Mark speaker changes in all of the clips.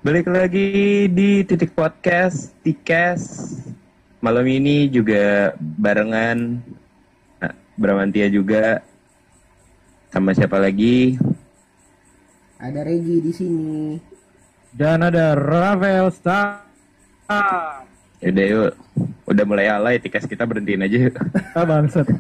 Speaker 1: Balik lagi di Titik Podcast, Tikes. Malam ini juga barengan Bramantia juga. Sama siapa lagi?
Speaker 2: Ada Regi di sini.
Speaker 3: Dan ada Rafael Star.
Speaker 1: Yaudah yuk, udah mulai alay, Tikes kita berhentiin aja yuk.
Speaker 3: Bangsat.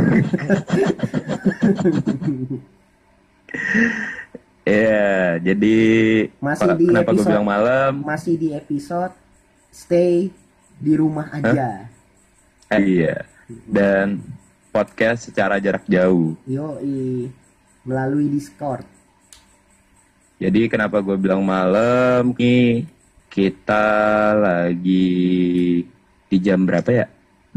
Speaker 1: Ya, jadi
Speaker 2: Masih di
Speaker 1: kenapa gue
Speaker 2: episode-
Speaker 1: bilang malam?
Speaker 2: Masih di episode Stay di rumah aja.
Speaker 1: Iya, dan podcast secara jarak jauh.
Speaker 2: Yoi, melalui Discord.
Speaker 1: Jadi kenapa gue bilang malam nih? Kita lagi di jam berapa ya?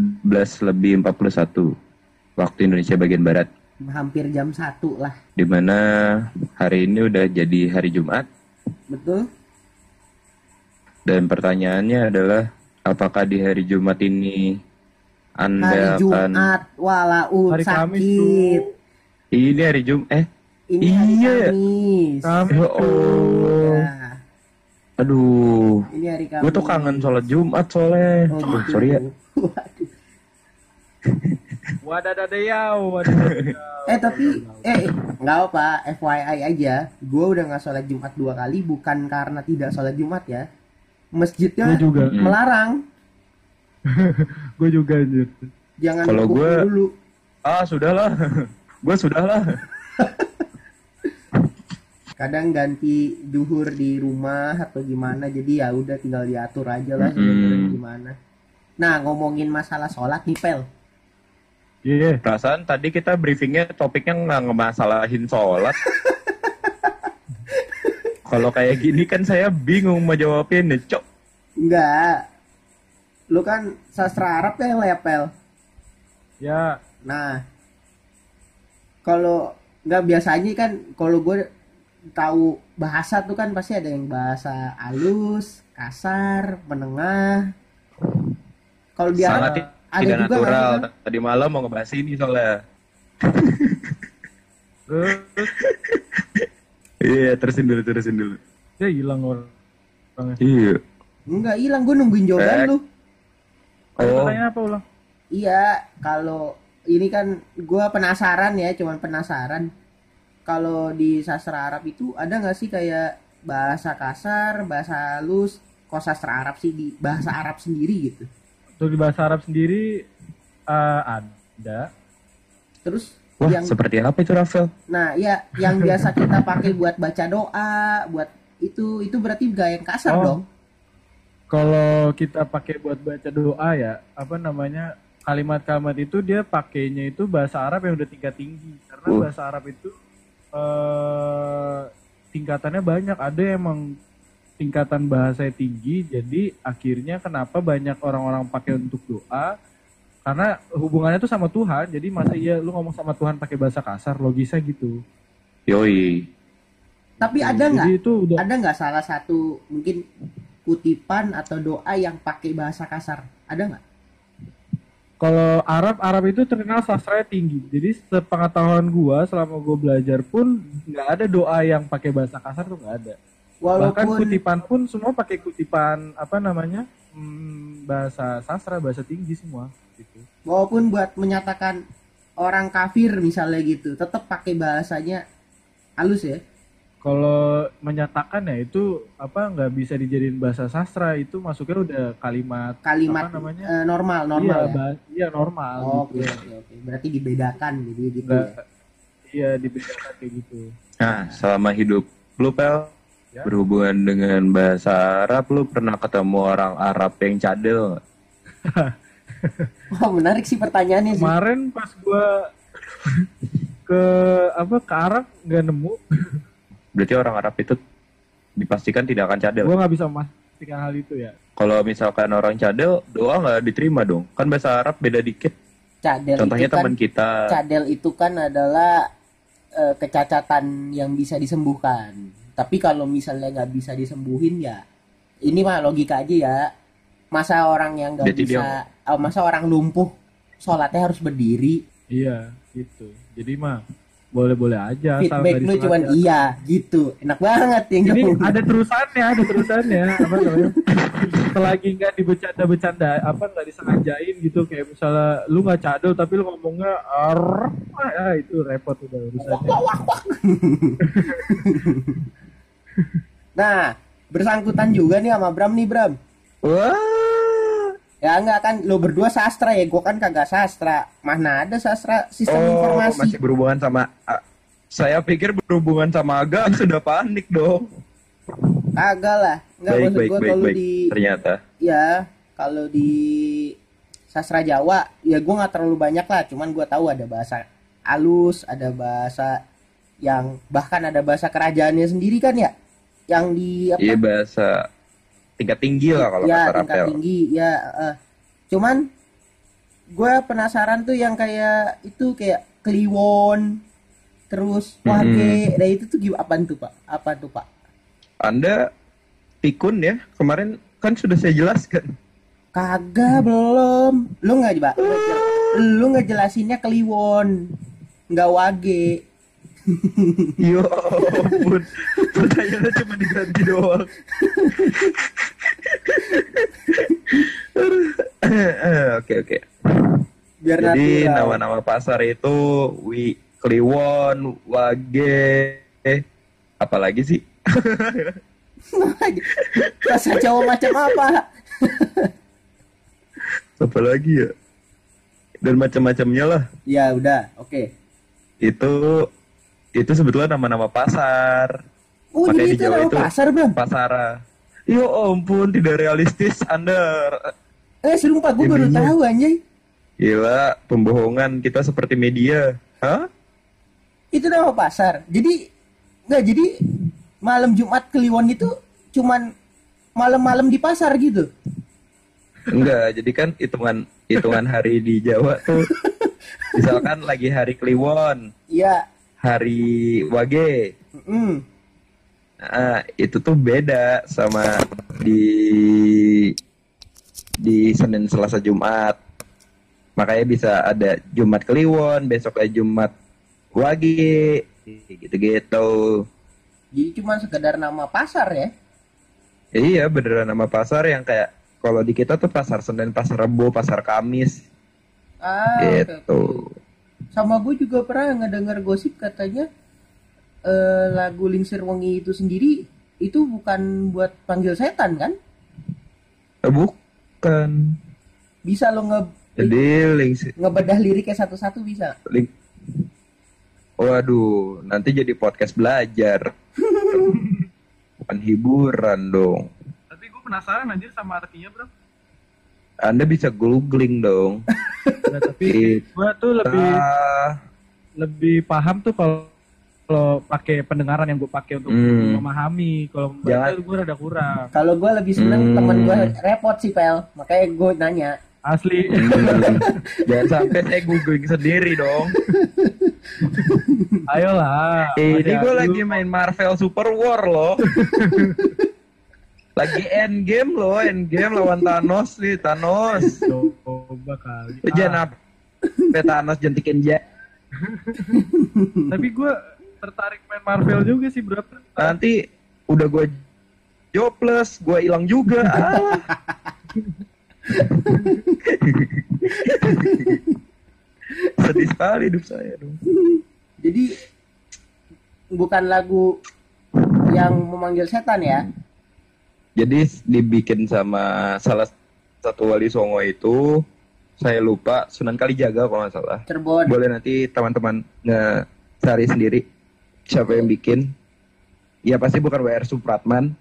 Speaker 1: 11:41 waktu Indonesia bagian barat.
Speaker 2: Hampir jam 1 lah.
Speaker 1: Dimana hari ini udah jadi hari Jumat.
Speaker 2: Betul?
Speaker 1: Dan pertanyaannya adalah, apakah di hari Jumat ini Anda
Speaker 2: Hari
Speaker 1: akan...
Speaker 2: Jumat, walau
Speaker 3: Hari Kamis
Speaker 2: sakit.
Speaker 1: Ini hari Jumat?
Speaker 2: Ini hari
Speaker 1: Iya.
Speaker 2: Kamis.
Speaker 3: Kamis
Speaker 1: Ya
Speaker 3: tuh.
Speaker 1: Allah.
Speaker 2: Nah,
Speaker 1: Aduh,
Speaker 2: ini hari Kamis.
Speaker 1: gue tuh kangen sholat Jumat soalnya.
Speaker 2: Oh, gitu.
Speaker 1: Sorry ya.
Speaker 2: Waduh.
Speaker 3: Wadadadayau.
Speaker 2: Tapi nggak apa, FYI aja. Gue udah nggak sholat Jumat 2 kali, bukan karena tidak sholat Jumat ya. Masjidnya
Speaker 3: Gue juga.
Speaker 2: melarang.
Speaker 3: Gue juga anjir.
Speaker 2: Jangan
Speaker 1: Kalau
Speaker 2: kumpul
Speaker 1: gue-
Speaker 2: dulu.
Speaker 1: Sudahlah. Gue sudahlah.
Speaker 2: Kadang ganti duhur di rumah atau gimana, jadi ya udah tinggal diatur aja lah sebenarnya gimana. Nah, ngomongin masalah sholat nih Pel.
Speaker 3: Iya.
Speaker 1: Perasaan tadi kita briefingnya topiknya nggak ngemasalahin sholat. Kalau kayak gini kan saya bingung mau jawabin nih, Cok.
Speaker 2: Enggak, lu kan sastra Arab ya Pel.
Speaker 3: Ya.
Speaker 2: Nah, kalau nggak biasanya kan, kalau gue tahu bahasa tuh kan pasti ada yang bahasa halus, kasar, menengah. Kalau di Arab
Speaker 1: Sangat
Speaker 2: ada
Speaker 1: tidak
Speaker 2: juga
Speaker 1: natural.
Speaker 2: nggak sih, Pel?
Speaker 1: Tadi malam mau ngebahas ini soalnya.
Speaker 3: Terus
Speaker 1: Iya, terusin dulu.
Speaker 3: dia hilang orangnya.
Speaker 1: Iya.
Speaker 2: Enggak hilang, gue nungguin jawaban lu.
Speaker 1: Oh,
Speaker 3: Pertanyaan apa ulang?
Speaker 2: Iya, kalau ini kan gue penasaran ya, cuman penasaran. Kalau di sastra Arab itu ada nggak sih kayak bahasa kasar, bahasa halus? Kok sastra Arab sih, di bahasa Arab sendiri gitu.
Speaker 3: Untuk di bahasa Arab sendiri ada.
Speaker 2: Terus
Speaker 1: wah,
Speaker 2: yang
Speaker 1: seperti apa itu Rafael?
Speaker 2: nah ya yang biasa kita pakai buat baca doa, buat itu berarti gak yang kasar
Speaker 3: Oh.
Speaker 2: dong.
Speaker 3: Kalau kita pakai buat baca doa ya, apa namanya, kalimat-kalimat itu dia pakainya itu bahasa Arab yang udah tingkat tinggi. Karena bahasa Arab itu tingkatannya banyak. Ada emang tingkatan bahasanya tinggi, jadi akhirnya kenapa banyak orang-orang pakai untuk doa, karena hubungannya tuh sama Tuhan. Jadi masa iya lu ngomong sama Tuhan pakai bahasa kasar, logisnya gitu.
Speaker 1: Yoi.
Speaker 2: Tapi ada nggak?
Speaker 3: Jadi itu udah
Speaker 2: Ada nggak salah satu mungkin kutipan atau doa yang pakai bahasa kasar? Ada nggak?
Speaker 3: kalau Arab itu terkenal sastranya tinggi. Jadi sepengetahuan gua selama gua belajar pun nggak ada doa yang pakai bahasa kasar tuh nggak ada. Bahkan
Speaker 2: Walaupun
Speaker 3: kutipan pun semua pakai kutipan apa namanya bahasa sastra, bahasa tinggi semua gitu.
Speaker 2: walaupun buat menyatakan orang kafir misalnya gitu, tetap pakai bahasanya halus ya.
Speaker 3: Kalau menyatakan ya itu apa nggak bisa dijadiin bahasa sastra, itu masuknya udah kalimat
Speaker 2: Kalimat
Speaker 3: apa namanya?
Speaker 2: normal
Speaker 3: Iya,
Speaker 2: ya.
Speaker 3: iya normal
Speaker 2: Oke,
Speaker 3: gitu.
Speaker 2: oke. Berarti dibedakan gitu gitu.
Speaker 3: Nggak,
Speaker 2: Ya.
Speaker 3: iya dibedakan kayak gitu.
Speaker 1: Nah, selama hidup lu, Pel,
Speaker 3: Ya.
Speaker 1: berhubungan dengan bahasa Arab, lu pernah ketemu orang Arab yang cadel nggak?
Speaker 2: Wah, menarik sih pertanyaannya sih.
Speaker 3: Kemarin pas gua ke Arab nggak nemu.
Speaker 1: Berarti orang Arab itu dipastikan tidak akan cadel.
Speaker 3: Gua nggak bisa memastikan hal itu ya.
Speaker 1: Kalau misalkan orang cadel, doa nggak diterima dong. Kan bahasa Arab beda dikit.
Speaker 2: Cadel
Speaker 1: Contohnya
Speaker 2: itu kan,
Speaker 1: teman kita.
Speaker 2: cadel itu kan adalah kecacatan yang bisa disembuhkan. Tapi kalau misalnya nggak bisa disembuhin ya, ini mah logika aja ya. Masa orang yang nggak
Speaker 1: Berarti
Speaker 2: bisa, masa orang lumpuh sholatnya harus berdiri.
Speaker 3: Iya, gitu. Jadi mah boleh-boleh aja asal
Speaker 2: Feedback
Speaker 3: nggak
Speaker 2: lu cuman
Speaker 3: disengaja.
Speaker 2: iya gitu. Enak banget yang
Speaker 3: Ini
Speaker 2: ngomong.
Speaker 3: ada terusannya apa namanya? Selagi nggak dibecanda-becanda, apa nggak disengajain gitu, kayak misalnya lu nggak cadel tapi lu ngomongnya itu repot udah urusannya.
Speaker 2: Nah, bersangkutan juga nih sama Bram nih, Bram.
Speaker 1: Wah.
Speaker 2: Ya enggak kan lo berdua sastra ya, gua kan kagak sastra. Mana ada sastra sistem
Speaker 1: Oh,
Speaker 2: informasi.
Speaker 1: masih berhubungan sama saya pikir berhubungan sama agama sudah panik dong.
Speaker 2: Kagak lah. Enggak
Speaker 1: Baik,
Speaker 2: maksud
Speaker 1: baik,
Speaker 2: gua
Speaker 1: baik,
Speaker 2: kalau
Speaker 1: baik.
Speaker 2: di
Speaker 1: Ternyata.
Speaker 2: ya kalau di sastra Jawa ya gua nggak terlalu banyak lah, cuman gua tahu ada bahasa halus, ada bahasa yang bahkan ada bahasa kerajaannya sendiri kan ya. Yang di apa?
Speaker 1: Iya, bahasa tingkat tinggi lah kalau
Speaker 2: Ya
Speaker 1: kata
Speaker 2: tingkat
Speaker 1: Rapel.
Speaker 2: tinggi ya. Cuman gue penasaran tuh yang kayak itu kayak kliwon terus wage. Nah itu tuh apaan tuh pak? Apa tuh pak?
Speaker 1: Anda pikun ya, kemarin kan sudah saya jelaskan.
Speaker 2: Kagak belum. Lu nggak coba? Lu ngejelasinnya kliwon, nggak wage.
Speaker 1: Yo ampun, pertanyaannya cuma diganti doang. Oke.
Speaker 2: Biar
Speaker 1: Jadi
Speaker 2: natural.
Speaker 1: nama-nama pasar itu Kliwon, Wage, apalagi sih?
Speaker 2: Bahasa Jawa macam apa?
Speaker 1: Apa lagi ya? Dan macam-macamnya lah.
Speaker 2: Ya udah, oke.
Speaker 1: Itu sebetulnya nama-nama pasar.
Speaker 2: Oh
Speaker 1: Makanya
Speaker 2: jadi
Speaker 1: di
Speaker 2: itu
Speaker 1: Jawa
Speaker 2: nama
Speaker 1: itu
Speaker 2: pasar bang?
Speaker 1: pasara. Yo ampun, tidak realistis Anda.
Speaker 2: Sumpah gue
Speaker 1: Ya,
Speaker 2: baru
Speaker 1: bingung.
Speaker 2: tahu anjay.
Speaker 1: Gila, pembohongan kita seperti media. Hah?
Speaker 2: Itu nama pasar. Jadi nggak jadi malam Jumat Kliwon itu cuman malam-malam di pasar gitu.
Speaker 1: Enggak, jadi kan hitungan hari di Jawa tuh misalkan lagi hari Kliwon,
Speaker 2: Iya.
Speaker 1: hari Wage.
Speaker 2: Mm.
Speaker 1: Nah, itu tuh beda sama di Senin, Selasa, Jumat. Makanya bisa ada Jumat Kliwon, besok ada Jumat Wage, gitu-gitu.
Speaker 2: Jadi cuma sekedar nama pasar ya.
Speaker 1: Ya, iya, beneran nama pasar yang kayak kalau di kita tuh pasar Senin, pasar Rebo, pasar Kamis,
Speaker 2: Oke,
Speaker 1: gitu.
Speaker 2: oke. Sama gue juga pernah ngedenger gosip katanya lagu Lingsir Wengi itu sendiri itu bukan buat panggil setan kan?
Speaker 1: Bukan.
Speaker 2: Bisa lo
Speaker 1: Jadi
Speaker 2: ngebedah liriknya satu-satu bisa.
Speaker 1: Waduh, nanti jadi podcast belajar. Bukan hiburan dong.
Speaker 3: Tapi gue penasaran anjir sama artinya, Bro.
Speaker 1: Anda bisa googling dong.
Speaker 3: Nah, tapi gue tuh lebih paham tuh kalau pakai pendengaran yang gue pakai untuk memahami. Kalau membaca gue rada kurang.
Speaker 2: Kalau gue lebih seneng teman gue repot sih Pel, makanya gue nanya.
Speaker 3: Asli.
Speaker 1: Jangan sampai saya googling sendiri dong.
Speaker 3: Ayolah.
Speaker 1: Ini gue
Speaker 3: Aduh.
Speaker 1: lagi main Marvel Super War loh. Lagi endgame loh, endgame lawan Thanos nih, Thanos.
Speaker 3: Coba kali.
Speaker 1: Jangan apa Thanos jentikin aja.
Speaker 3: Tapi gue tertarik main Marvel juga sih, Bro.
Speaker 1: Nanti udah gue jobless, gue hilang juga. Sedih sekali hidup saya dong.
Speaker 2: Jadi bukan lagu yang memanggil setan ya.
Speaker 1: Jadi dibikin sama salah satu wali Songo itu, saya lupa, Sunan Kalijaga kalau nggak salah.
Speaker 2: Cirebon.
Speaker 1: Boleh nanti teman-teman cari sendiri siapa yang bikin. Ya pasti bukan WR Supratman.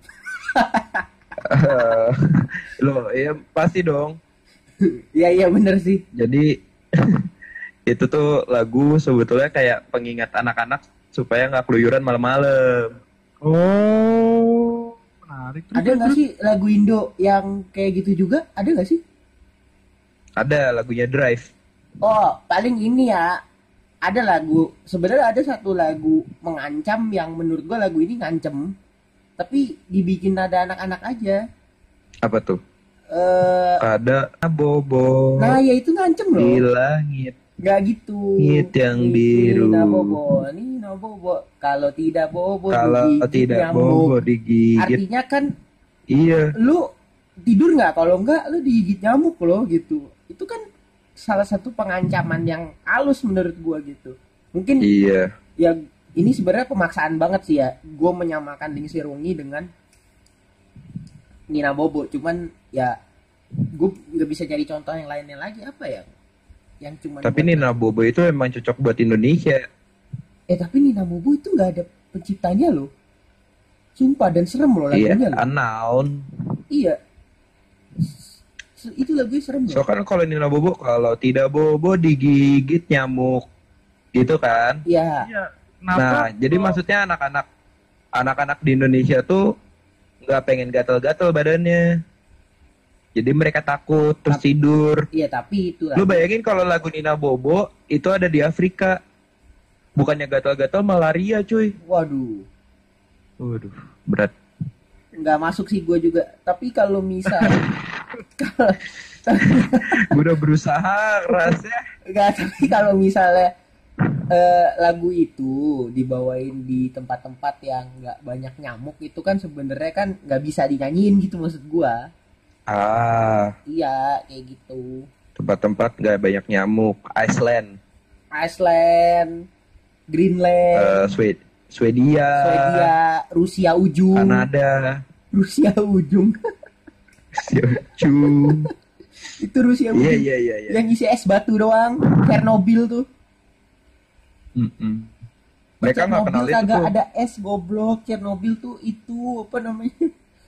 Speaker 1: Loh, ya pasti dong.
Speaker 2: Iya bener sih.
Speaker 1: Jadi itu tuh lagu sebetulnya kayak pengingat anak-anak supaya nggak keluyuran malam-malam.
Speaker 3: Oh, menarik.
Speaker 2: Ada nggak sih lagu Indo yang kayak gitu juga? Ada nggak sih?
Speaker 1: Ada lagunya Drive.
Speaker 2: Oh, paling ini ya. Ada lagu, sebenarnya ada satu lagu mengancam yang menurut gua lagu ini ngancem. Tapi dibikin nada anak-anak aja.
Speaker 1: Apa tuh? Ada Bobo
Speaker 2: Nah, ya itu ngancem loh.
Speaker 1: di langit.
Speaker 2: Nggak gitu.
Speaker 1: Langit yang biru.
Speaker 2: Nina bobo. Kalau tidak bobo
Speaker 1: Kalau
Speaker 2: digigit
Speaker 1: tidak
Speaker 2: nyamuk.
Speaker 1: bobo digigit.
Speaker 2: Artinya kan
Speaker 1: Iya.
Speaker 2: lu tidur nggak? Kalau nggak lu digigit nyamuk loh gitu. Itu kan salah satu pengancaman yang halus menurut gua gitu. Mungkin
Speaker 1: Iya.
Speaker 2: ya ini sebenarnya pemaksaan banget sih ya. Gua menyamakan Ling Sirungi dengan Nina Bobo. Cuman ya gue nggak bisa cari contoh yang lainnya lagi apa ya? Yang cuman
Speaker 1: Tapi
Speaker 2: buat-
Speaker 1: Nina Bobo itu emang cocok buat Indonesia.
Speaker 2: tapi Nina Bobo itu nggak ada penciptanya loh. Sumpah dan serem loh
Speaker 1: Iya,
Speaker 2: lagunya loh.
Speaker 1: unknown.
Speaker 2: Iya. Itu lagunya serem
Speaker 1: So
Speaker 2: loh.
Speaker 1: kan kalau Nina Bobo, kalau tidak bobo digigit nyamuk. Gitu kan?
Speaker 2: Iya.
Speaker 3: Iya. Kenapa?
Speaker 1: Nah, jadi maksudnya anak-anak di Indonesia tuh nggak pengen gatal-gatal badannya. Jadi mereka takut terus tidur.
Speaker 2: Iya tapi itu
Speaker 1: Lu bayangin kalau lagu Nina Bobo itu ada di Afrika. Bukannya gatal-gatal malaria, cuy.
Speaker 2: Waduh.
Speaker 1: Waduh, berat.
Speaker 2: Nggak masuk sih gue juga. Tapi kalau misal
Speaker 1: Gue udah berusaha rasanya.
Speaker 2: nggak, tapi kalau misalnya lagu itu dibawain di tempat-tempat yang nggak banyak nyamuk itu kan sebenarnya kan nggak bisa dinyanyiin gitu maksud gua. Iya kayak gitu.
Speaker 1: Tempat-tempat nggak banyak nyamuk. Iceland,
Speaker 2: Iceland, Greenland,
Speaker 1: Swedia,
Speaker 2: Swedia, Rusia ujung,
Speaker 1: Kanada,
Speaker 2: Rusia ujung.
Speaker 1: Cum.
Speaker 2: Itu Rusia ujung.
Speaker 1: Iya.
Speaker 2: Yang isi es batu doang, Chernobyl tuh.
Speaker 1: Mereka nggak kenal itu
Speaker 2: kagak
Speaker 1: tuh.
Speaker 2: ada es goblok. Chernobyl tuh itu apa namanya?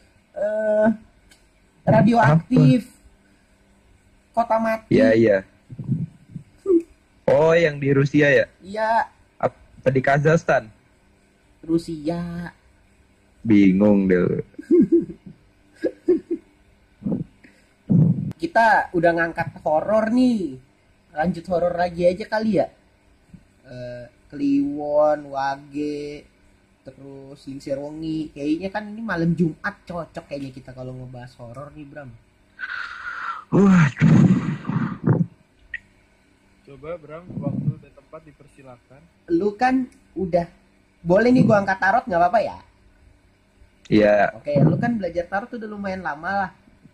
Speaker 2: Radioaktif. Kota mati.
Speaker 1: Iya. Oh, yang di Rusia ya?
Speaker 2: Iya,
Speaker 1: Apa di Kazakhstan?
Speaker 2: Rusia.
Speaker 1: Bingung deh.
Speaker 2: Kita udah ngangkat horor nih. Lanjut horor lagi aja kali ya. Kliwon, Wage, terus Ling Sirwangi. Kayaknya kan ini malam Jumat cocok kayaknya kita kalau ngebahas horor nih, Bram.
Speaker 1: Waduh.
Speaker 3: Coba Bram, waktu dan tempat dipersilakan.
Speaker 2: Lu kan udah boleh nih gua angkat tarot nggak apa-apa ya?
Speaker 1: Iya.
Speaker 2: Oke, lu kan belajar tarot udah lumayan lama lah.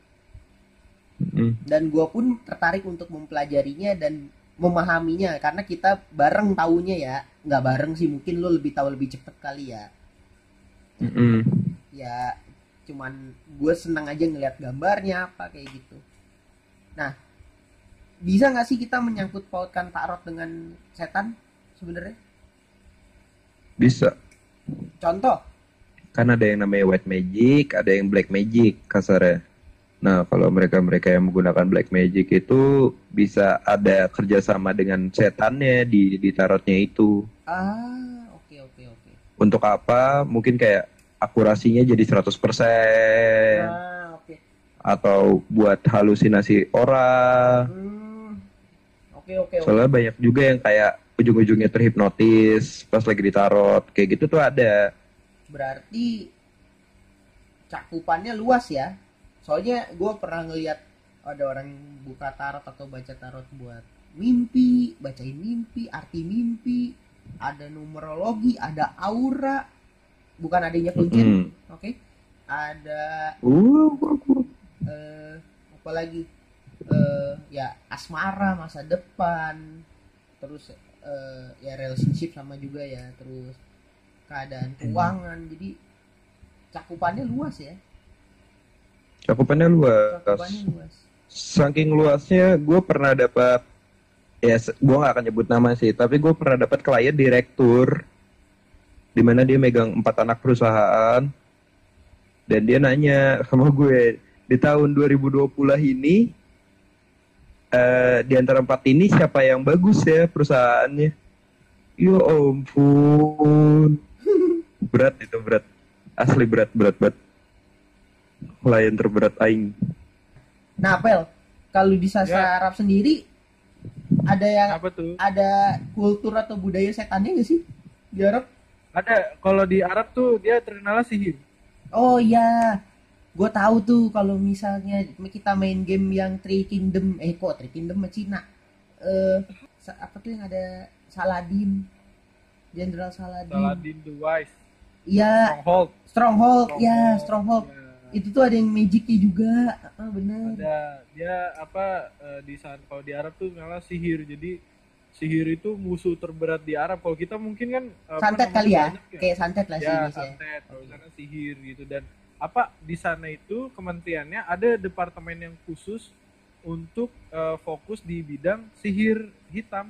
Speaker 2: Dan gua pun tertarik untuk mempelajarinya dan memahaminya karena kita bareng taunya ya. Nggak bareng sih, mungkin lu lebih tahu lebih cepet kali ya. Ya cuman gue senang aja ngeliat gambarnya apa kayak gitu. Nah, bisa nggak sih kita menyangkut pautkan tarot dengan setan sebenarnya?
Speaker 1: Bisa.
Speaker 2: Contoh?
Speaker 1: Kan ada yang namanya white magic, ada yang black magic kasarnya. Nah, kalau mereka yang menggunakan black magic itu bisa ada kerjasama dengan setannya di tarotnya itu.
Speaker 2: Oke.
Speaker 1: Untuk apa? Mungkin kayak akurasinya jadi 100%.
Speaker 2: Oke.
Speaker 1: Atau buat halusinasi orang.
Speaker 2: Oke.
Speaker 1: Soalnya banyak juga yang kayak ujung-ujungnya terhipnotis pas lagi ditarot. Kayak gitu tuh ada.
Speaker 2: Berarti cakupannya luas ya. Soalnya gue pernah ngeliat ada orang buka tarot atau baca tarot buat mimpi, bacain mimpi, arti mimpi, ada numerologi, ada aura, bukan adanya kuncen, oke? Ada apa lagi? Ya asmara, masa depan, terus ya relationship sama juga ya, terus keadaan keuangan. Jadi cakupannya luas ya.
Speaker 1: Cakupannya luas. Saking luasnya, gue pernah dapat, ya gue gak akan nyebut nama sih, tapi gue pernah dapat klien direktur, dimana dia megang 4 anak perusahaan, dan dia nanya sama gue, di tahun 2020 ini, di antara 4 ini siapa yang bagus ya perusahaannya? Ya ampun, berat itu, berat, asli berat banget. Klien terberat aing.
Speaker 2: Nah, Pel, kalau di sastra Arab sendiri ada yang
Speaker 3: apa tuh?
Speaker 2: ada kultur atau budaya setannya nggak sih di Arab?
Speaker 3: Ada. Kalau di Arab tuh dia terkenal sihir.
Speaker 2: Oh iya, gue tahu tuh kalau misalnya kita main game yang Three Kingdom, Three Kingdom mah Cina, apa tuh yang ada Saladin, Jenderal Saladin.
Speaker 3: Saladin the Wise.
Speaker 2: Iya. Stronghold. Ya, Stronghold.
Speaker 3: Ya.
Speaker 2: Itu tuh ada yang magicnya juga. Benar.
Speaker 3: Ada dia di sana kalau di Arab tuh malah sihir. Jadi sihir itu musuh terberat di Arab. Kalau kita mungkin kan
Speaker 2: santet kali ya? Kayak santet lah sih.
Speaker 3: Ya, santet. Kalau di sana sihir gitu. Dan di sana itu kementeriannya ada departemen yang khusus untuk fokus di bidang sihir hitam.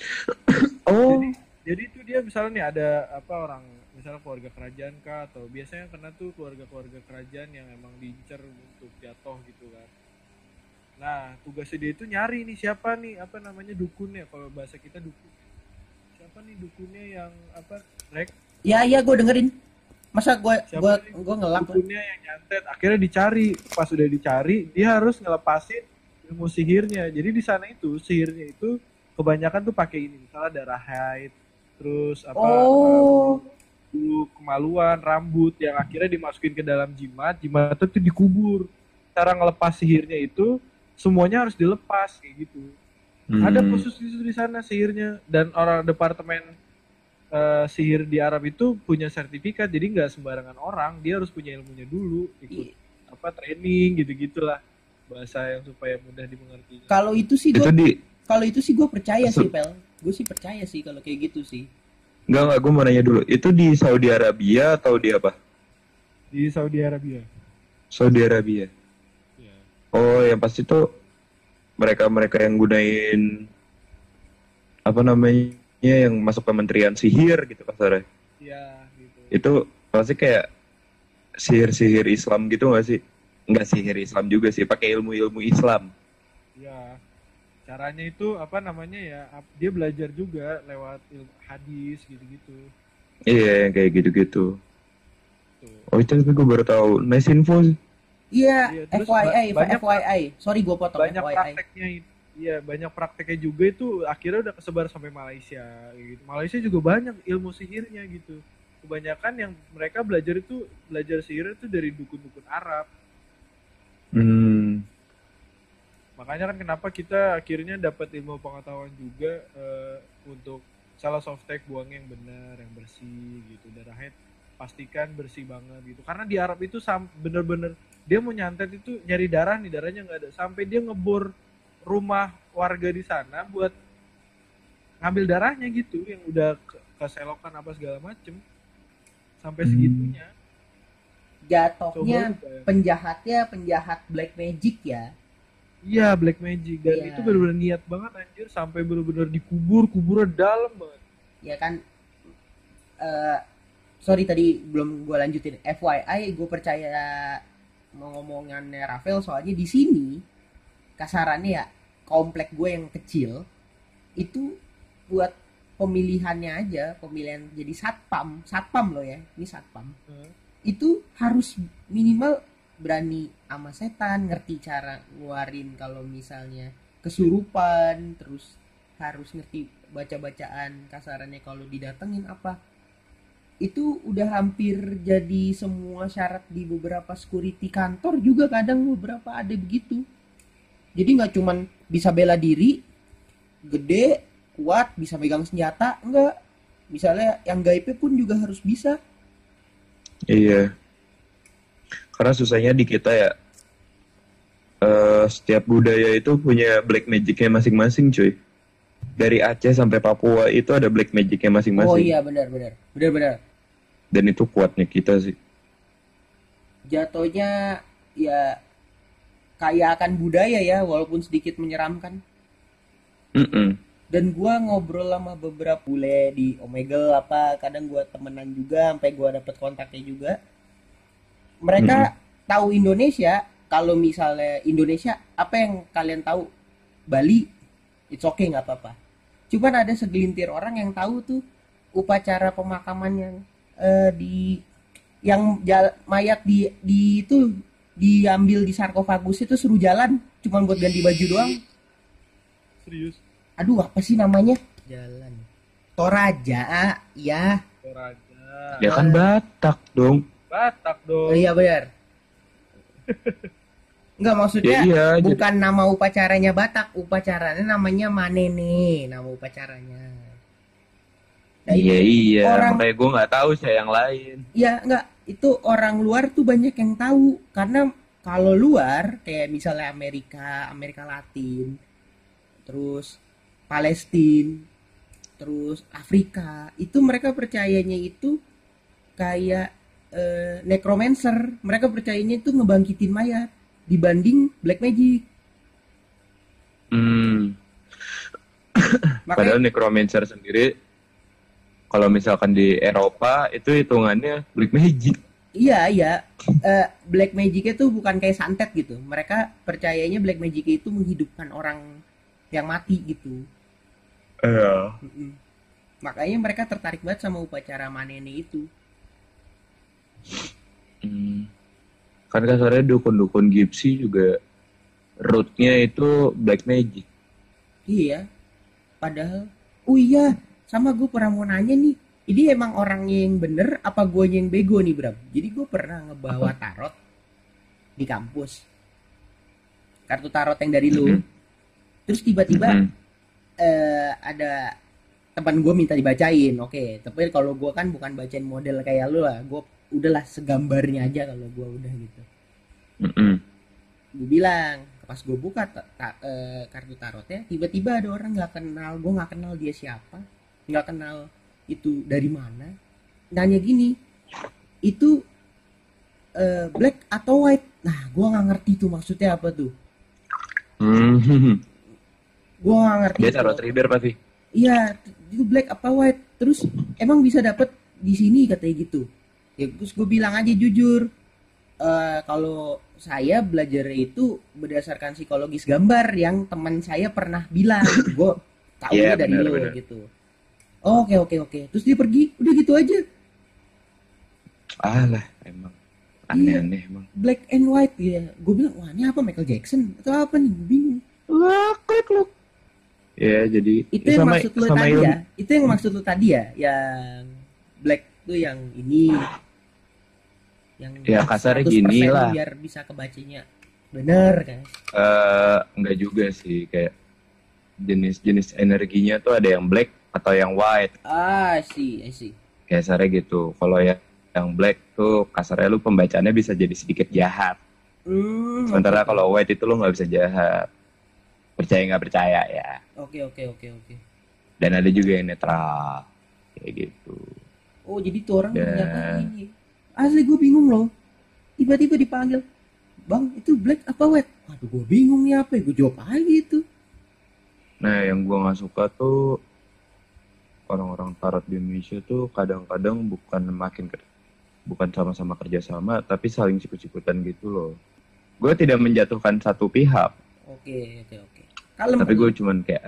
Speaker 3: Jadi itu dia misalnya nih ada orang misalnya keluarga kerajaan kah, atau biasanya kena tuh keluarga kerajaan yang emang diincar untuk jatuh gitu kan. Nah, tugasnya dia itu nyari nih siapa nih dukunnya, kalau bahasa kita dukun. Siapa nih dukunnya yang Rek?
Speaker 2: Iya gue dengerin. Masa gue ngelak
Speaker 3: dukunnya yang nyantet. Akhirnya dicari. Pas udah dicari, dia harus ngelepasin ilmu sihirnya. Jadi di sana itu sihirnya itu kebanyakan tuh pakai ini, misalnya darah haid, terus kemaluan, rambut yang akhirnya dimasukin ke dalam jimat itu dikubur. Cara ngelepas sihirnya itu semuanya harus dilepas kayak gitu. Ada khusus di sana sihirnya, dan orang departemen sihir di Arab itu punya sertifikat, jadi nggak sembarangan orang, dia harus punya ilmunya dulu, ikut training gitu-gitulah, bahasa yang supaya mudah dimengerti.
Speaker 2: Kalau itu sih gue percaya sih, Pel. Gue sih percaya sih kalau kayak gitu sih.
Speaker 1: Enggak, gue mau nanya dulu. Itu di Saudi Arabia atau di apa?
Speaker 3: Di Saudi Arabia.
Speaker 1: Saudi Arabia.
Speaker 3: Ya.
Speaker 1: Oh, yang pasti tuh mereka yang gunain yang masuk kementerian sihir gitu kasarnya.
Speaker 3: Iya, gitu.
Speaker 1: Itu pasti kayak sihir Islam gitu nggak sih? Nggak sihir Islam juga sih, pakai ilmu Islam.
Speaker 3: Iya. Caranya itu dia belajar juga lewat hadis gitu-gitu.
Speaker 1: Iya, yang kayak gitu-gitu. Oh, itu gue baru tahu. Nice info.
Speaker 2: Iya, FYI. Sorry gue potong.
Speaker 3: Banyak
Speaker 2: FYI.
Speaker 3: prakteknya. Iya, banyak prakteknya juga itu akhirnya udah kesebar sampai Malaysia gitu. Malaysia juga banyak ilmu sihirnya gitu. Kebanyakan yang mereka belajar sihir itu dari dukun-dukun Arab. Makanya kan kenapa kita akhirnya dapat ilmu pengetahuan juga untuk salah softtek buang yang benar, yang bersih gitu. Darah haid pastikan bersih banget gitu. Karena di Arab itu bener-bener dia mau nyantet itu nyari darah nih, darahnya nggak ada. Sampai dia ngebor rumah warga di sana buat ngambil darahnya gitu, yang udah keselokan apa segala macem. Sampai segitunya.
Speaker 2: Jatuhnya penjahat black magic ya.
Speaker 3: Iya, black magic, dan itu benar-benar niat banget anjir, sampai benar-benar kuburnya dalam banget.
Speaker 2: Ya kan, sorry tadi belum gue lanjutin. FYI, gue percaya mau ngomongannya Rafael, soalnya di sini kasarannya ya komplek gue yang kecil itu buat pemilihannya aja, pemilihan jadi satpam loh ya, ini satpam. Itu harus minimal berani sama setan, ngerti cara ngeluarin kalau misalnya kesurupan, terus harus ngerti baca-bacaan kasarannya kalau didatengin apa. Itu udah hampir jadi semua syarat di beberapa security kantor juga, kadang beberapa ada begitu. Jadi nggak cuman bisa bela diri, gede, kuat, bisa megang senjata, enggak. Misalnya yang gaibnya pun juga harus bisa.
Speaker 1: Iya. Karena susahnya di kita ya, setiap budaya itu punya black magicnya masing-masing, cuy. Dari Aceh sampai Papua itu ada black magicnya masing-masing.
Speaker 2: Oh iya, benar.
Speaker 1: Dan itu kuatnya kita sih.
Speaker 2: Jatuhnya ya kaya akan budaya ya, walaupun sedikit menyeramkan. Dan gua ngobrol sama beberapa bule di Omegle kadang gua temenan juga sampai gua dapet kontaknya juga. Mereka tahu Indonesia. Kalau misalnya Indonesia, apa yang kalian tahu? Bali, it's okay, nggak apa-apa. Cuman ada segelintir orang yang tahu tuh upacara pemakaman yang mayat itu diambil di sarkofagus itu suruh jalan, cuman buat ganti baju doang.
Speaker 3: Serius?
Speaker 2: Aduh, apa sih namanya? Jalan. Toraja, ya.
Speaker 3: Toraja.
Speaker 1: Ya kan Batak dong.
Speaker 3: Batak dong.
Speaker 2: Oh, iya benar. Enggak, maksudnya
Speaker 1: Ya iya,
Speaker 2: bukan nama upacaranya Batak, upacaranya namanya Manene, nama upacaranya. Nah
Speaker 1: iya
Speaker 2: itu
Speaker 1: iya,
Speaker 2: orang,
Speaker 1: makanya gue nggak tahu saya yang lain.
Speaker 2: ya enggak, itu orang luar tuh banyak yang tahu karena kalau luar kayak misalnya Amerika, Amerika Latin, terus Palestina, terus Afrika, itu mereka percayanya itu kayak necromancer, mereka percayanya itu ngebangkitin mayat dibanding black magic.
Speaker 1: Hmm,
Speaker 2: Makanya
Speaker 1: padahal necromancer sendiri, kalau misalkan di Eropa itu hitungannya black magic.
Speaker 2: iya iya, black magic itu bukan kayak santet gitu. Mereka percayanya black magic itu menghidupkan orang yang mati gitu.
Speaker 1: Iya.
Speaker 2: Mm-mm. Makanya mereka tertarik banget sama upacara manene itu.
Speaker 1: Hmm. Kan kasarnya dukun-dukun Gypsy juga rootnya itu black magic.
Speaker 2: Iya, padahal, oh iya, sama gue pernah mau nanya nih, ini emang orangnya yang bener apa gue yang bego nih Bram? Jadi gue pernah ngebawa
Speaker 1: Apa?
Speaker 2: tarot di kampus, kartu tarot yang dari lu.
Speaker 1: Mm-mm.
Speaker 2: Terus tiba-tiba
Speaker 1: Mm-mm.
Speaker 2: ada teman gue minta dibacain. Oke, tapi kalau gue kan bukan bacain model kayak lu lah, gue udahlah segambarnya aja kalau gue udah gitu.
Speaker 1: Mm-mm.
Speaker 2: Gue bilang pas gue buka kartu tarotnya, tiba-tiba ada orang nggak kenal, gue nggak kenal dia siapa, nggak kenal itu dari mana, nanya gini, itu black atau white. Nah gue nggak ngerti tuh maksudnya apa tuh,
Speaker 1: Hmm.
Speaker 2: gue nggak ngerti
Speaker 1: Dia
Speaker 2: itu.
Speaker 1: tarot reader pasti.
Speaker 2: Iya, itu black apa white, terus emang bisa dapet di sini katanya gitu. Ya terus gue bilang aja jujur, kalau saya belajar itu berdasarkan psikologis gambar yang teman saya pernah bilang, gue
Speaker 1: Iya,
Speaker 2: tahunya dari lo
Speaker 1: benar-benar.
Speaker 2: gitu. Oke oke oke, terus dia pergi, udah gitu aja.
Speaker 1: Alah, emang
Speaker 2: Iya,
Speaker 1: aneh-aneh emang.
Speaker 2: black and white ya. Gue bilang, wah ini apa, Michael Jackson atau apa nih? Gue bingung.
Speaker 1: Wah, klik lu. Ya, jadi
Speaker 2: Itu yang
Speaker 1: sama
Speaker 2: maksud lo
Speaker 1: sama
Speaker 2: tadi
Speaker 1: ilmu.
Speaker 2: ya? Itu yang maksud lo tadi ya? Yang black tuh yang ini, yang
Speaker 1: Ya kasarnya
Speaker 2: 100%
Speaker 1: gini lah.
Speaker 2: biar bisa kebacanya bener kan?
Speaker 1: Enggak juga sih, kayak jenis-jenis energinya tuh ada yang black atau yang white.
Speaker 2: I see.
Speaker 1: Kasarnya gitu. Kalau yang black tuh kasarnya lu pembacaannya bisa jadi sedikit jahat. Sementara
Speaker 2: Oke.
Speaker 1: kalau white itu lu nggak bisa jahat. Percaya nggak percaya ya.
Speaker 2: Oke.
Speaker 1: Dan ada juga yang netral. Kayak gitu.
Speaker 2: Oh, jadi tuh orang ternyata
Speaker 1: Dan
Speaker 2: ini. Asli gue bingung loh. Tiba-tiba dipanggil, "Bang, itu black apa white?" Aduh, gue bingung nih apa ya. Gue jawab aja gitu.
Speaker 1: nah yang gua nggak suka tuh orang-orang tarot di Indonesia tuh kadang-kadang bukan sama-sama kerjasama tapi saling sikut-sikutan gitu loh. Gue tidak menjatuhkan satu pihak,
Speaker 2: Oke. Kalem.
Speaker 1: tapi gue cuman kayak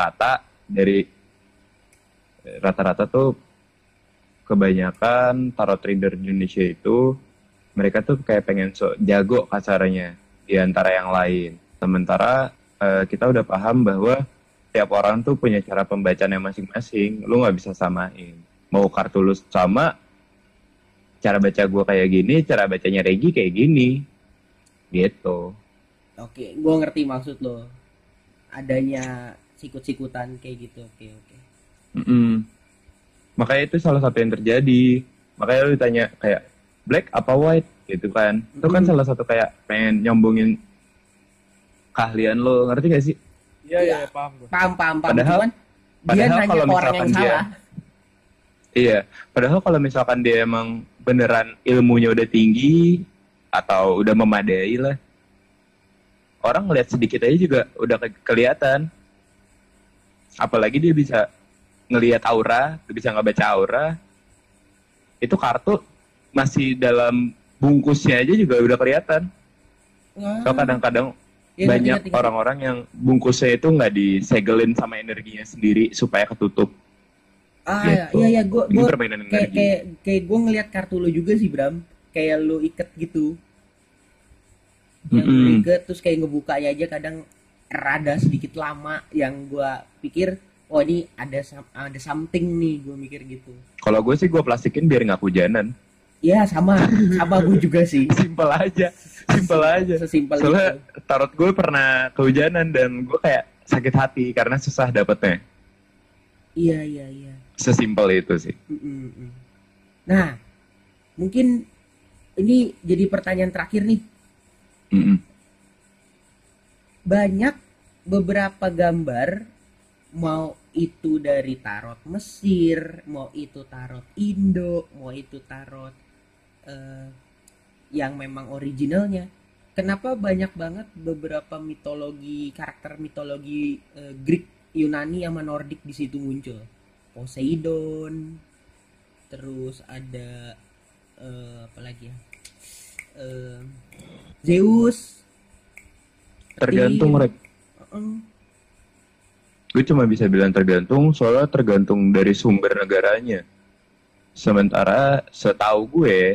Speaker 1: rata-rata tuh kebanyakan tarot reader di Indonesia itu mereka tuh kayak pengen jago kasarnya di antara yang lain. Sementara kita udah paham bahwa tiap orang tuh punya cara pembacanya masing-masing. Lu nggak bisa samain. Mau kartu lu sama, cara baca gue kayak gini, cara bacanya Regi kayak gini. Gitu.
Speaker 2: Oke, gue ngerti maksud lo. Adanya sikut-sikutan kayak gitu. Oke.
Speaker 1: Mm-mm. Makanya itu salah satu yang terjadi. Makanya lu ditanya kayak black apa white gitu kan. Itu kan salah satu kayak pengen nyombongin keahlian lo, ngerti gak sih?
Speaker 3: Iya, paham gue.
Speaker 2: Paham.
Speaker 1: Padahal-
Speaker 2: Cuman dia
Speaker 1: padahal
Speaker 2: nanya
Speaker 1: kalau
Speaker 2: ke orang yang
Speaker 1: misalkan dia-
Speaker 2: salah.
Speaker 1: Iya, padahal kalau misalkan dia emang beneran ilmunya udah tinggi atau udah memadai lah, orang ngeliat sedikit aja juga udah kelihatan. Apalagi dia bisa ngelihat aura, bisa ngebaca aura. Itu kartu masih dalam bungkusnya aja juga udah kelihatan.
Speaker 2: Wah.
Speaker 1: So kadang-kadang
Speaker 2: Ya,
Speaker 1: banyak
Speaker 2: ngerti.
Speaker 1: orang-orang yang bungkusnya itu nggak disegelin sama energinya sendiri supaya ketutup. Gitu.
Speaker 2: Iya, gue
Speaker 1: Ini permainan energi.
Speaker 2: kayak gue ngelihat kartu lo juga sih Bram, kayak lo iket gitu, yang
Speaker 1: Mm-mm.
Speaker 2: lo iket terus kayak ngebukanya aja kadang rada sedikit lama, yang gue pikir, oh ini ada something nih, gue mikir gitu.
Speaker 1: Kalau gue sih gue plastikin biar nggak hujanan.
Speaker 2: Ya sama gue juga sih.
Speaker 1: Simpel aja.
Speaker 2: Sesimpel
Speaker 1: Soalnya
Speaker 2: itu.
Speaker 1: tarot gue pernah kehujanan dan gue kayak sakit hati karena susah dapetnya.
Speaker 2: Iya.
Speaker 1: Sesimpel itu sih.
Speaker 2: Mm-mm. Nah, mungkin ini jadi pertanyaan terakhir nih.
Speaker 1: Mm-mm.
Speaker 2: Banyak beberapa gambar, mau itu dari tarot Mesir, mau itu tarot Indo, mau itu tarot eh, yang memang originalnya. Kenapa banyak banget beberapa karakter mitologi Greek, Yunani sama Nordik di situ muncul? Poseidon, terus ada apa lagi ya? Eh, Zeus,
Speaker 1: Tergantung, Rek.
Speaker 2: uh,
Speaker 1: Gue cuma bisa bilang tergantung, soalnya tergantung dari sumber negaranya. Sementara setahu gue,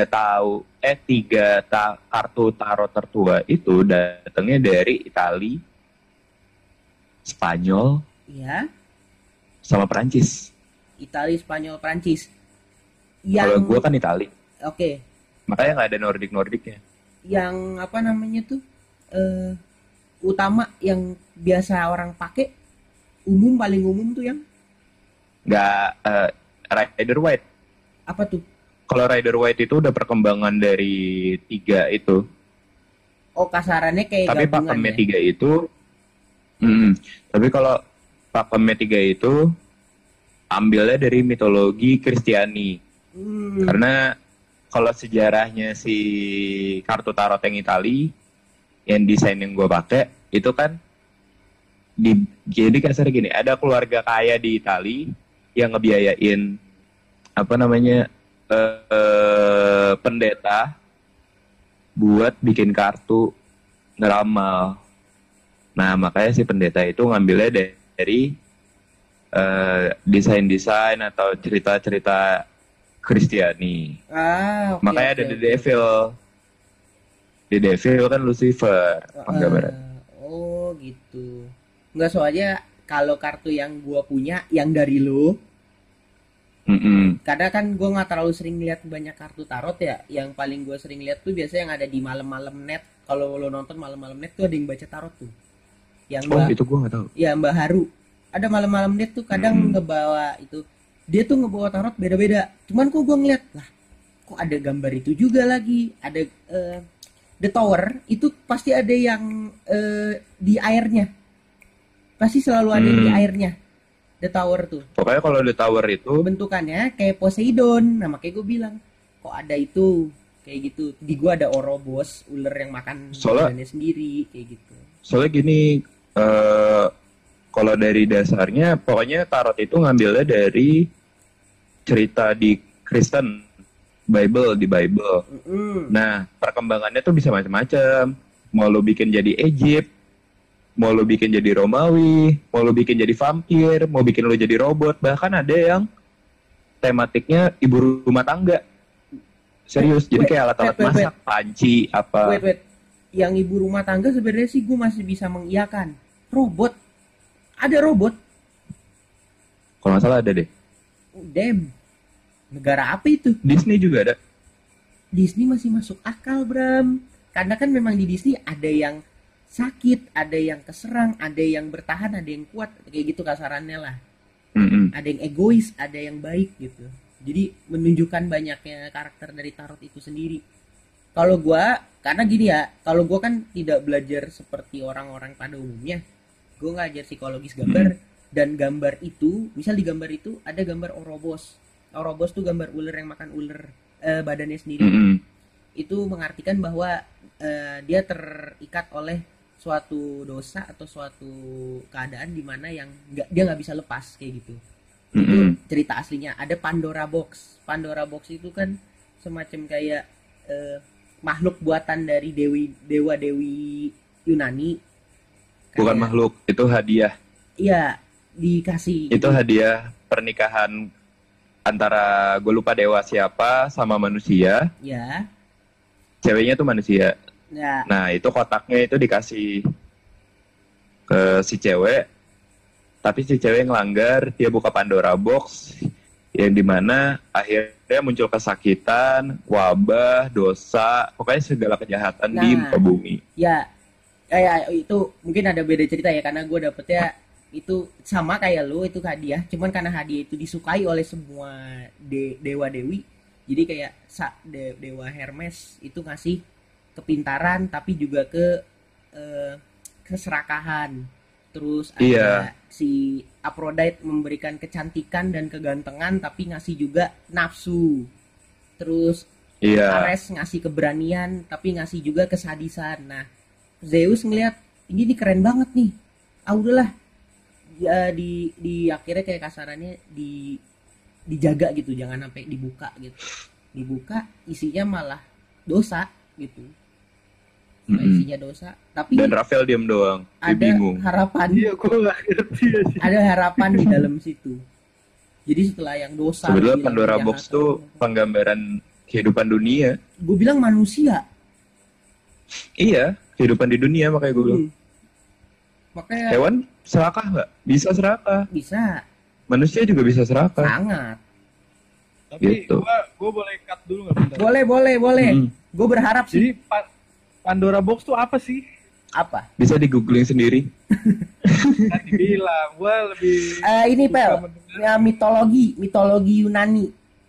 Speaker 1: kartu tarot tertua itu datangnya dari Itali, Spanyol,
Speaker 2: ya,
Speaker 1: sama Perancis.
Speaker 2: Italia, Spanyol, Prancis.
Speaker 1: Kalau
Speaker 2: Yang
Speaker 1: gue kan Itali,
Speaker 2: oke,
Speaker 1: makanya nggak ada Nordik-Nordiknya.
Speaker 2: yang apa namanya tuh eh utama yang biasa orang pakai, paling umum tuh yang
Speaker 1: Nggak, Rider White.
Speaker 2: apa tuh?
Speaker 1: Kalau Rider White itu udah perkembangan dari 3 itu.
Speaker 2: Oh, kasarannya kayak
Speaker 1: Tapi
Speaker 2: gabungan
Speaker 1: pakemnya
Speaker 2: ya.
Speaker 1: 3 itu, tapi kalau pakemnya 3 itu ambilnya dari mitologi Kristiani.
Speaker 2: Hmm.
Speaker 1: Karena kalau sejarahnya si kartu tarot yang Itali, yang desain yang gue pakai, itu kan jadi kasar gini, ada keluarga kaya di Itali yang ngebiayain apa namanya pendeta buat bikin kartu ngeramal. Nah, makanya si pendeta itu ngambilnya dari desain-desain atau cerita-cerita Kristiani.
Speaker 2: Oke,
Speaker 1: Makanya
Speaker 2: oke,
Speaker 1: ada The
Speaker 2: oke.
Speaker 1: Devil. The Devil kan Lucifer, penggambaran.
Speaker 2: Oh, gitu. Enggak, soalnya kalau kartu yang gua punya yang dari lo, karena kan gue nggak terlalu sering lihat banyak kartu tarot ya. Yang paling gue sering lihat tuh biasanya yang ada di malam-malam net. Kalau lo nonton malam-malam net tuh ada yang baca tarot tuh. Yang
Speaker 1: Itu gue nggak tahu.
Speaker 2: ya Mbak Haru. Ada malam-malam net tuh kadang ngebawa itu. Dia tuh ngebawa tarot beda-beda. Cuman kok gue ngeliat lah, kok ada gambar itu juga lagi. Ada The Tower itu pasti ada yang di airnya. Pasti selalu ada yang di airnya. The Tower tuh.
Speaker 1: Pokoknya kalau The Tower itu
Speaker 2: Bentukannya kayak Poseidon. Nah, makanya gue bilang, kok ada itu kayak gitu. Di gua ada Ouroboros, ular yang makan badannya sendiri kayak gitu.
Speaker 1: soalnya gini, kalau dari dasarnya pokoknya tarot itu ngambilnya dari cerita di Kristen, di Bible. Nah, perkembangannya tuh bisa macam-macam. Mau lo bikin jadi Egypt, mau lo bikin jadi Romawi, mau lo bikin jadi vampir, mau bikin lo jadi robot, bahkan ada yang tematiknya ibu rumah tangga. Serius, jadi kayak alat-alat masak, panci, apa.
Speaker 2: Wait. Yang ibu rumah tangga sebenarnya sih gue masih bisa mengiyakan. Robot. Ada robot.
Speaker 1: Kalau nggak salah ada deh.
Speaker 2: Oh, damn. Negara apa itu?
Speaker 1: Disney juga ada.
Speaker 2: Disney masih masuk akal, Bram. Karena kan memang di Disney ada yang sakit, ada yang keserang, ada yang bertahan, ada yang kuat, kayak gitu kasarannya lah. Ada yang egois, ada yang baik gitu. Jadi menunjukkan banyaknya karakter dari tarot itu sendiri. Kalau gua, karena gini ya, kalau gua kan tidak belajar seperti orang-orang pada umumnya. Gua ngajar psikologis gambar, dan gambar itu, misal di gambar itu ada gambar Ouroboros. Ouroboros tuh gambar ular yang makan ular badannya sendiri. Itu mengartikan bahwa dia terikat oleh suatu dosa atau suatu keadaan di mana yang dia nggak bisa lepas kayak gitu. Itu cerita aslinya. Ada Pandora Box. Pandora Box itu kan semacam kayak makhluk buatan dari dewa-dewi Yunani.
Speaker 1: Bukan makhluk, itu hadiah.
Speaker 2: Iya, dikasih.
Speaker 1: Itu hadiah pernikahan antara gue lupa dewa siapa sama manusia.
Speaker 2: Ya.
Speaker 1: Ceweknya tuh manusia.
Speaker 2: Ya.
Speaker 1: Nah, itu kotaknya itu dikasih ke si cewek. Tapi si cewek ngelanggar, dia buka Pandora Box, yang dimana akhirnya muncul kesakitan, wabah, dosa, pokoknya segala kejahatan di muka bumi.
Speaker 2: Ya, kayak itu mungkin ada beda cerita ya, karena gue dapetnya itu sama kayak lo, itu hadiah, cuman karena hadiah itu disukai oleh semua dewa dewi, jadi kayak dewa Hermes itu ngasih kepintaran tapi juga keserakahan. Terus ada si Aphrodite memberikan kecantikan dan kegantengan tapi ngasih juga nafsu. Terus Ares ngasih keberanian tapi ngasih juga kesadisan. Nah, Zeus ngelihat ini keren banget nih. Udahlah. Di akhirnya kayak kasarannya dijaga gitu, jangan sampai dibuka gitu. Dibuka isinya malah dosa gitu. Isinya dosa, tapi
Speaker 1: dan Rafael diam doang,
Speaker 2: ada
Speaker 1: bingung.
Speaker 2: Harapan.
Speaker 3: Iya, gue gak ngerti ya sih.
Speaker 2: Ada harapan di dalam situ. Jadi setelah yang dosa,
Speaker 1: sebenarnya Pandora Box tuh penggambaran kehidupan dunia.
Speaker 2: Gue bilang manusia.
Speaker 1: Iya, kehidupan di dunia, makanya gue bilang.
Speaker 2: Makanya
Speaker 1: hewan serakah nggak? Bisa serakah.
Speaker 2: Bisa.
Speaker 1: Manusia juga bisa serakah.
Speaker 2: Sangat.
Speaker 3: Tapi
Speaker 1: gitu.
Speaker 3: gue boleh cut dulu nggak bentar?
Speaker 2: Boleh. Gue berharap sih.
Speaker 3: Jadi Pandora Box tuh apa sih?
Speaker 2: Apa?
Speaker 1: Bisa di googling sendiri.
Speaker 3: Kan dibilang, gue lebih
Speaker 2: ini Pel, ya, mitologi Yunani.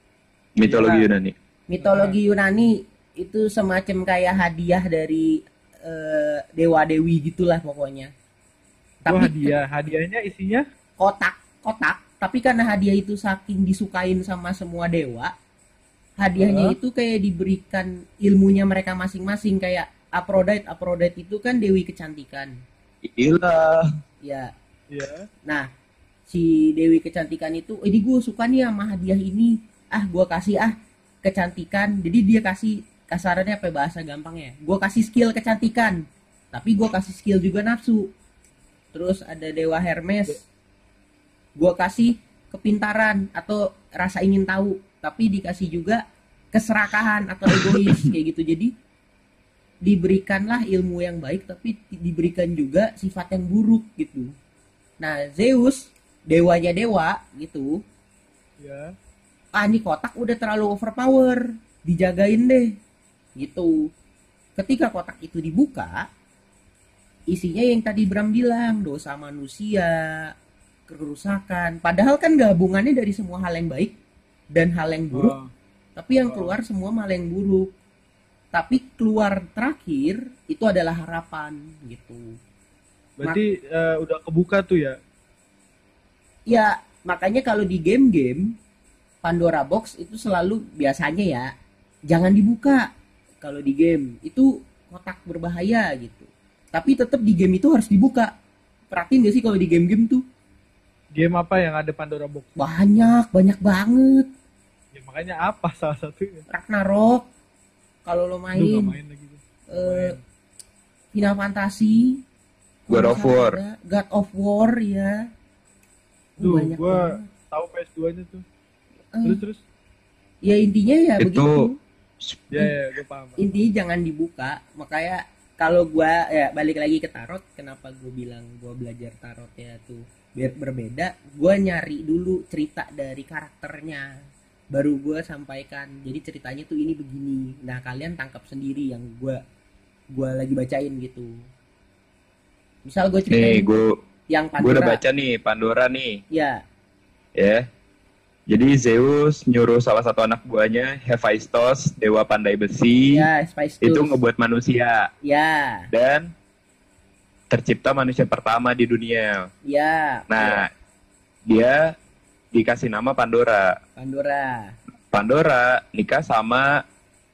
Speaker 2: Mitologi Yunani itu semacam kayak hadiah dari dewa dewi gitulah pokoknya.
Speaker 3: Tapi hadiahnya isinya
Speaker 2: kotak. Tapi karena hadiah itu saking disukain sama semua dewa, hadiahnya itu kayak diberikan ilmunya mereka masing-masing. Kayak Aphrodite itu kan dewi kecantikan.
Speaker 1: Iya.
Speaker 2: Ya.
Speaker 3: Iya.
Speaker 2: Nah, si dewi kecantikan itu, ini gue suka nih sama hadiah ini. Gue kasih kecantikan. Jadi dia kasih, kasarannya apa bahasa gampangnya? Gue kasih skill kecantikan, tapi gue kasih skill juga nafsu. Terus ada dewa Hermes, gue kasih kepintaran atau rasa ingin tahu, tapi dikasih juga keserakahan atau egois kayak gitu. Jadi diberikanlah ilmu yang baik tapi diberikan juga sifat yang buruk gitu. Nah, Zeus dewanya dewa gitu.
Speaker 3: Ya.
Speaker 2: Ini kotak udah terlalu overpower, dijagain deh gitu. Ketika kotak itu dibuka, isinya yang tadi Bram bilang, dosa manusia, kerusakan. Padahal kan gabungannya dari semua hal yang baik dan hal yang buruk. Tapi yang keluar semua malah yang buruk. Tapi keluar terakhir itu adalah harapan gitu.
Speaker 3: Berarti udah kebuka tuh ya?
Speaker 2: Ya, makanya kalau di game-game Pandora Box itu selalu biasanya ya jangan dibuka. Kalau di game itu kotak berbahaya gitu. Tapi tetap di game itu harus dibuka. Perhatiin gak sih kalau di game-game tuh?
Speaker 3: Game apa yang ada Pandora Box?
Speaker 2: Banyak banget.
Speaker 3: Ya makanya apa salah satunya?
Speaker 2: Ragnarok. Kalau lo main,
Speaker 3: lagi
Speaker 2: Final Fantasy,
Speaker 1: God
Speaker 2: of War ya.
Speaker 3: Banyak gue tahu PS2-nya tuh. Terus.
Speaker 2: Ya intinya ya
Speaker 1: itu,
Speaker 2: begitu.
Speaker 3: Ya, gue paham.
Speaker 2: Intinya jangan dibuka. Makanya kalau gue ya balik lagi ke tarot, kenapa gue bilang gue belajar tarotnya tuh biar berbeda. Gue nyari dulu cerita dari karakternya, baru gue sampaikan. Jadi ceritanya tuh ini begini. Nah, kalian tangkap sendiri yang gue lagi bacain gitu. Misal gue ceritain yang Pandora.
Speaker 1: Gue udah baca nih Pandora nih.
Speaker 2: Ya.
Speaker 1: Jadi Zeus nyuruh salah satu anak buahnya, Hephaistos, dewa pandai besi, itu ngebuat manusia.
Speaker 2: Ya.
Speaker 1: Dan tercipta manusia pertama di dunia.
Speaker 2: Ya.
Speaker 1: Nah, dia dikasih nama Pandora nikah sama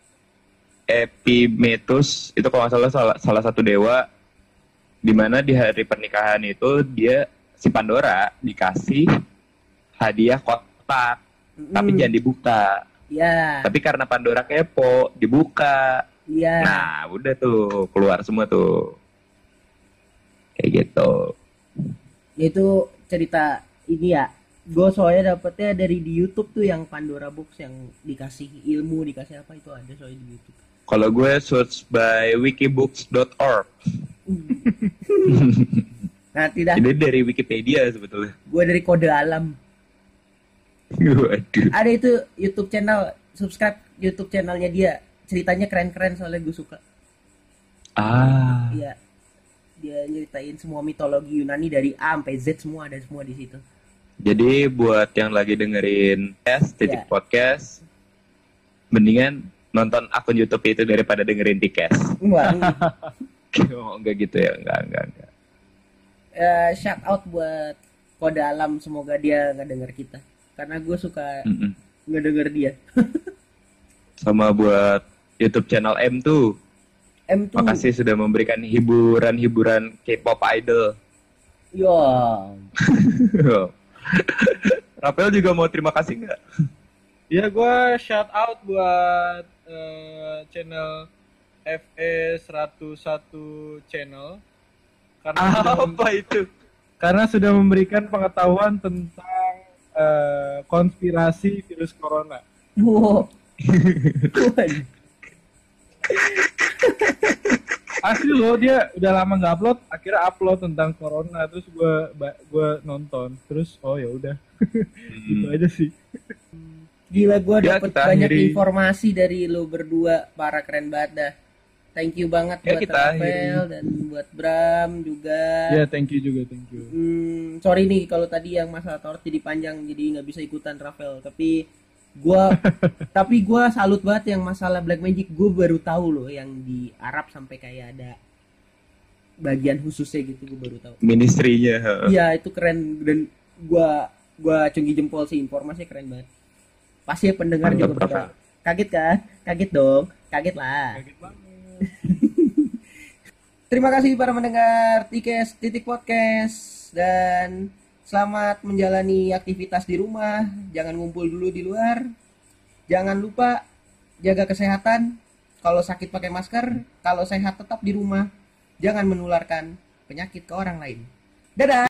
Speaker 1: Epimetheus, itu kalau nggak salah satu dewa, dimana di hari pernikahan itu si Pandora dikasih hadiah kotak, tapi jangan dibuka.
Speaker 2: Ya.
Speaker 1: Tapi karena Pandora kepo, dibuka.
Speaker 2: Ya.
Speaker 1: Nah, udah tuh keluar semua tuh, kayak gitu.
Speaker 2: Itu cerita ini ya. Gue soalnya dapetnya dari di YouTube tuh yang Pandora Box yang dikasih ilmu, dikasih apa itu ada soalnya di YouTube.
Speaker 1: Kalau gue search by wikibooks.org.
Speaker 2: Nah, tidak.
Speaker 1: Ini dari Wikipedia sebetulnya.
Speaker 2: Gue dari kode alam.
Speaker 1: Waduh.
Speaker 2: Ada itu YouTube channel, subscribe YouTube channelnya dia. Ceritanya keren-keren soalnya gue suka.
Speaker 1: Ah,
Speaker 2: Iya, dia nyeritain semua mitologi Yunani dari A sampai Z, semua ada semua di situ.
Speaker 1: jadi buat yang lagi dengerin titik
Speaker 2: Ya.
Speaker 1: podcast, mendingan nonton akun YouTube itu daripada dengerin Tikes.
Speaker 2: Wah,
Speaker 1: Oh, enggak gitu ya, enggak.
Speaker 2: shout out buat Kode Alam, semoga dia nggak denger kita. Karena gue suka
Speaker 1: Mm-mm.
Speaker 2: ngedenger dia.
Speaker 1: Sama buat YouTube channel M tuh.
Speaker 2: M2.
Speaker 1: Makasih sudah memberikan hiburan-hiburan K-pop idol.
Speaker 2: Yo.
Speaker 1: Rapel juga mau terima kasih nggak?
Speaker 3: Ya gue shout out buat channel FE 101 channel
Speaker 1: Apa itu?
Speaker 3: karena sudah memberikan pengetahuan tentang konspirasi virus corona.
Speaker 2: Wow.
Speaker 3: Asli loh, dia udah lama nggak upload, akhirnya upload tentang corona, terus gue nonton, terus oh ya udah, gitu aja sih.
Speaker 2: Gila, gue
Speaker 1: Ya,
Speaker 2: dapet
Speaker 1: kita
Speaker 2: banyak
Speaker 1: akhiri.
Speaker 2: informasi dari lo berdua, para keren banget dah. Thank you banget
Speaker 1: Ya,
Speaker 2: buat
Speaker 1: kita
Speaker 2: Rafael dan buat Bram juga.
Speaker 3: Ya thank you juga, thank you.
Speaker 2: Sorry nih kalau tadi yang masalah torch jadi panjang, jadi nggak bisa ikutan Rafael. Tapi gua salut banget yang masalah Black Magic. Gue baru tahu loh yang di Arab sampai kayak ada bagian khususnya gitu, gue baru tahu.
Speaker 1: Ministrinya.
Speaker 2: Iya, itu keren dan gua acungi jempol sih, informasinya keren banget. Pasti pendengar
Speaker 1: Mantap,
Speaker 2: juga pada
Speaker 1: Rafael.
Speaker 2: kaget kan? Kaget dong, kaget lah.
Speaker 3: Kaget banget.
Speaker 2: Terima kasih para mendengar Tikes Titik Podcast dan selamat menjalani aktivitas di rumah. Jangan ngumpul dulu di luar. Jangan lupa jaga kesehatan. Kalau sakit pakai masker, kalau sehat tetap di rumah. Jangan menularkan penyakit ke orang lain. Dadah.